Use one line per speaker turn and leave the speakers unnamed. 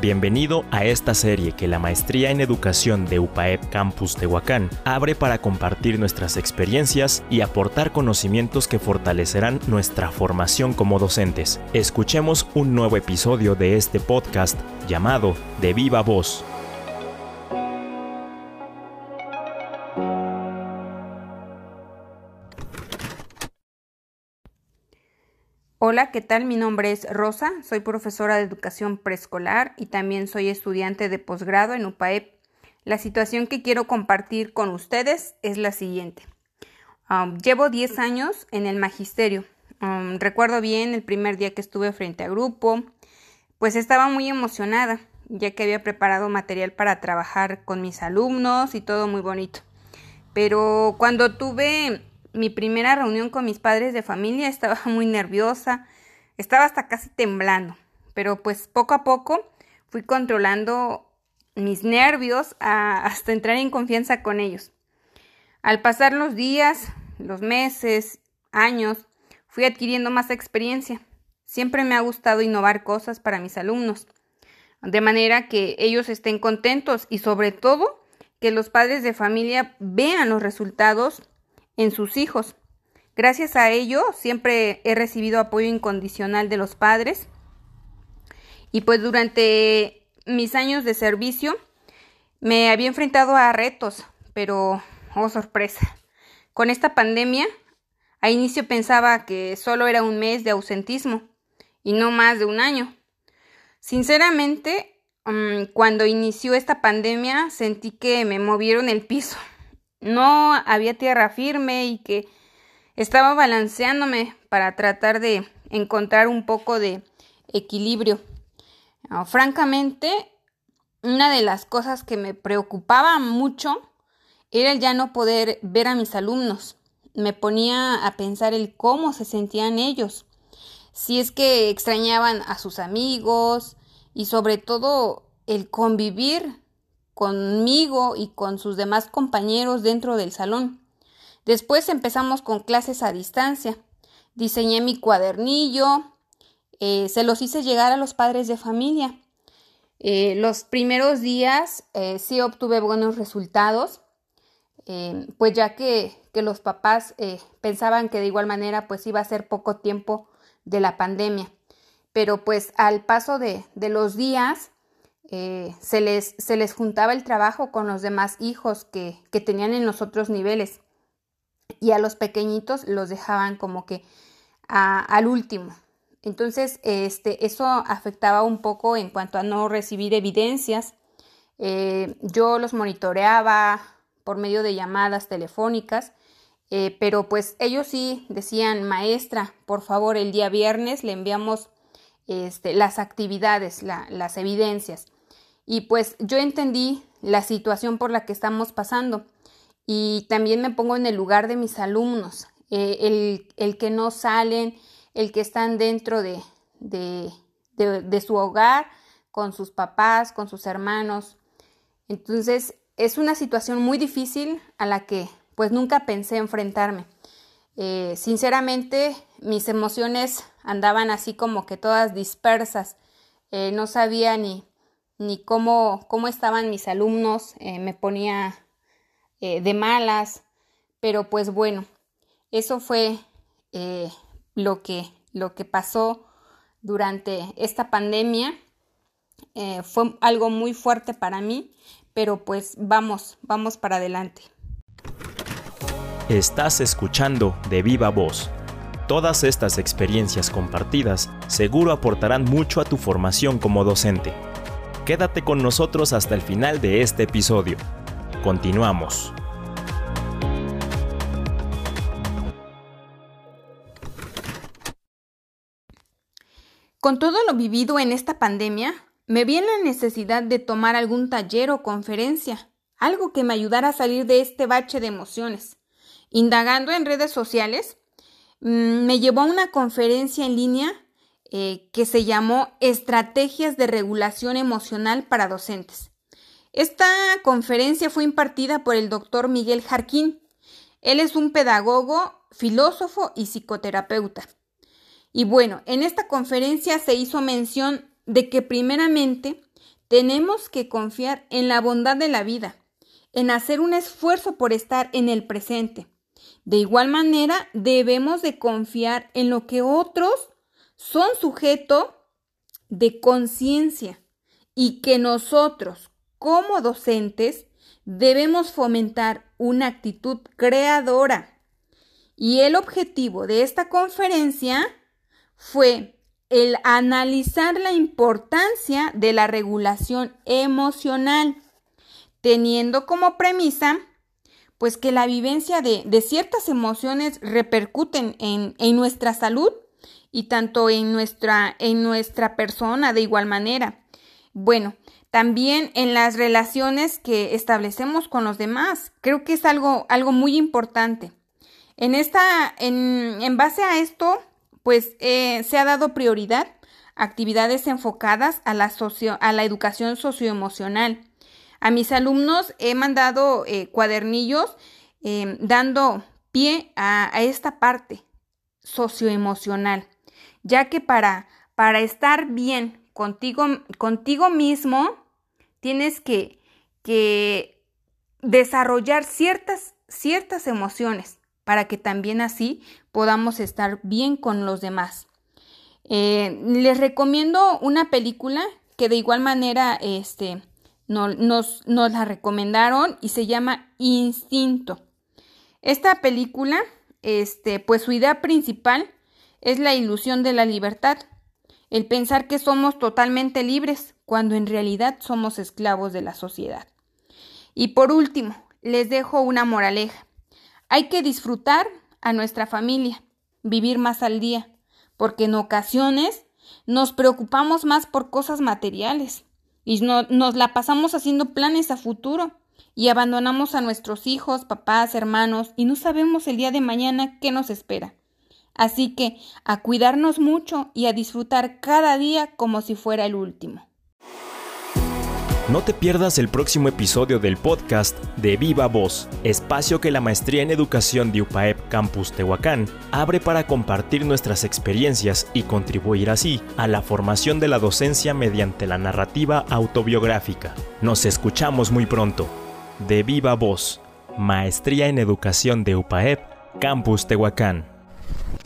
Bienvenido a esta serie que la Maestría en Educación de UPAEP Campus Tehuacán abre para compartir nuestras experiencias y aportar conocimientos que fortalecerán nuestra formación como docentes. Escuchemos un nuevo episodio de este podcast llamado De Viva Voz.
Hola, ¿qué tal? Mi nombre es Rosa, soy profesora de educación preescolar y también soy estudiante de posgrado en UPAEP. La situación que quiero compartir con ustedes es la siguiente. Llevo 10 años en el magisterio. Recuerdo bien el primer día que estuve frente a grupo, pues estaba muy emocionada, ya que había preparado material para trabajar con mis alumnos y todo muy bonito. Pero cuando tuve mi primera reunión con mis padres de familia estaba muy nerviosa, estaba hasta casi temblando, pero pues poco a poco fui controlando mis nervios hasta entrar en confianza con ellos. Al pasar los días, los meses, años, fui adquiriendo más experiencia. Siempre me ha gustado innovar cosas para mis alumnos, de manera que ellos estén contentos y sobre todo que los padres de familia vean los resultados en sus hijos. Gracias a ello siempre he recibido apoyo incondicional de los padres y pues durante mis años de servicio me había enfrentado a retos, pero oh sorpresa, con esta pandemia a inicio pensaba que solo era un mes de ausentismo y no más de un año. Sinceramente, cuando inició esta pandemia sentí que me movieron el piso. No había tierra firme y que estaba balanceándome para tratar de encontrar un poco de equilibrio. Francamente, una de las cosas que me preocupaba mucho era el ya no poder ver a mis alumnos. Me ponía a pensar el cómo se sentían ellos, si es que extrañaban a sus amigos y sobre todo el convivir conmigo y con sus demás compañeros dentro del salón. Después empezamos con clases a distancia. Diseñé mi cuadernillo, se los hice llegar a los padres de familia. Los primeros días sí obtuve buenos resultados, pues ya que los papás pensaban que de igual manera pues iba a ser poco tiempo de la pandemia. Pero pues al paso de los días se les juntaba el trabajo con los demás hijos que tenían en los otros niveles y a los pequeñitos los dejaban como que al último. Entonces eso afectaba un poco en cuanto a no recibir evidencias. Yo los monitoreaba por medio de llamadas telefónicas, pero pues ellos sí decían: maestra, por favor, el día viernes le enviamos las actividades, las evidencias. Y pues yo entendí la situación por la que estamos pasando y también me pongo en el lugar de mis alumnos, el que no salen, el que están dentro de su hogar, con sus papás, con sus hermanos. Entonces es una situación muy difícil a la que pues nunca pensé enfrentarme. Sinceramente mis emociones andaban así como que todas dispersas, no sabía ni cómo estaban mis alumnos, me ponía de malas, pero pues bueno, eso fue lo que pasó durante esta pandemia. Fue algo muy fuerte para mí, pero pues vamos para adelante.
Estás escuchando De Viva Voz. Todas estas experiencias compartidas seguro aportarán mucho a tu formación como docente. Quédate con nosotros hasta el final de este episodio. Continuamos.
Con todo lo vivido en esta pandemia, me vi en la necesidad de tomar algún taller o conferencia, algo que me ayudara a salir de este bache de emociones. Indagando en redes sociales, me llevó a una conferencia en línea que se llamó Estrategias de Regulación Emocional para Docentes. Esta conferencia fue impartida por el doctor Miguel Jarquín. Él es un pedagogo, filósofo y psicoterapeuta. Y bueno, en esta conferencia se hizo mención de que primeramente Tenemos que confiar en la bondad de la vida, en hacer un esfuerzo por estar en el presente. De igual manera, debemos de confiar en lo que otros son sujeto de conciencia y que nosotros, como docentes, debemos fomentar una actitud creadora. Y el objetivo de esta conferencia fue el analizar la importancia de la regulación emocional, teniendo como premisa pues que la vivencia de ciertas emociones repercuten en nuestra salud y tanto en nuestra persona de igual manera. Bueno, también en las relaciones que establecemos con los demás. Creo que es algo muy importante. En base a esto, pues se ha dado prioridad a actividades enfocadas a la educación socioemocional. A mis alumnos he mandado cuadernillos dando pie a esta parte socioemocional, ya que para estar bien contigo mismo tienes que desarrollar ciertas emociones para que también así podamos estar bien con los demás. Les recomiendo una película que de igual manera nos la recomendaron y se llama Instinto. Esta película, pues su idea principal es la ilusión de la libertad, el pensar que somos totalmente libres cuando en realidad somos esclavos de la sociedad. Y por último, les dejo una moraleja. Hay que disfrutar a nuestra familia, vivir más al día, porque en ocasiones nos preocupamos más por cosas materiales y nos la pasamos haciendo planes a futuro y abandonamos a nuestros hijos, papás, hermanos y no sabemos el día de mañana qué nos espera. Así que a cuidarnos mucho y a disfrutar cada día como si fuera el último.
No te pierdas el próximo episodio del podcast de Viva Voz, espacio que la Maestría en Educación de UPAEP Campus Tehuacán abre para compartir nuestras experiencias y contribuir así a la formación de la docencia mediante la narrativa autobiográfica. Nos escuchamos muy pronto. De Viva Voz, Maestría en Educación de UPAEP Campus Tehuacán.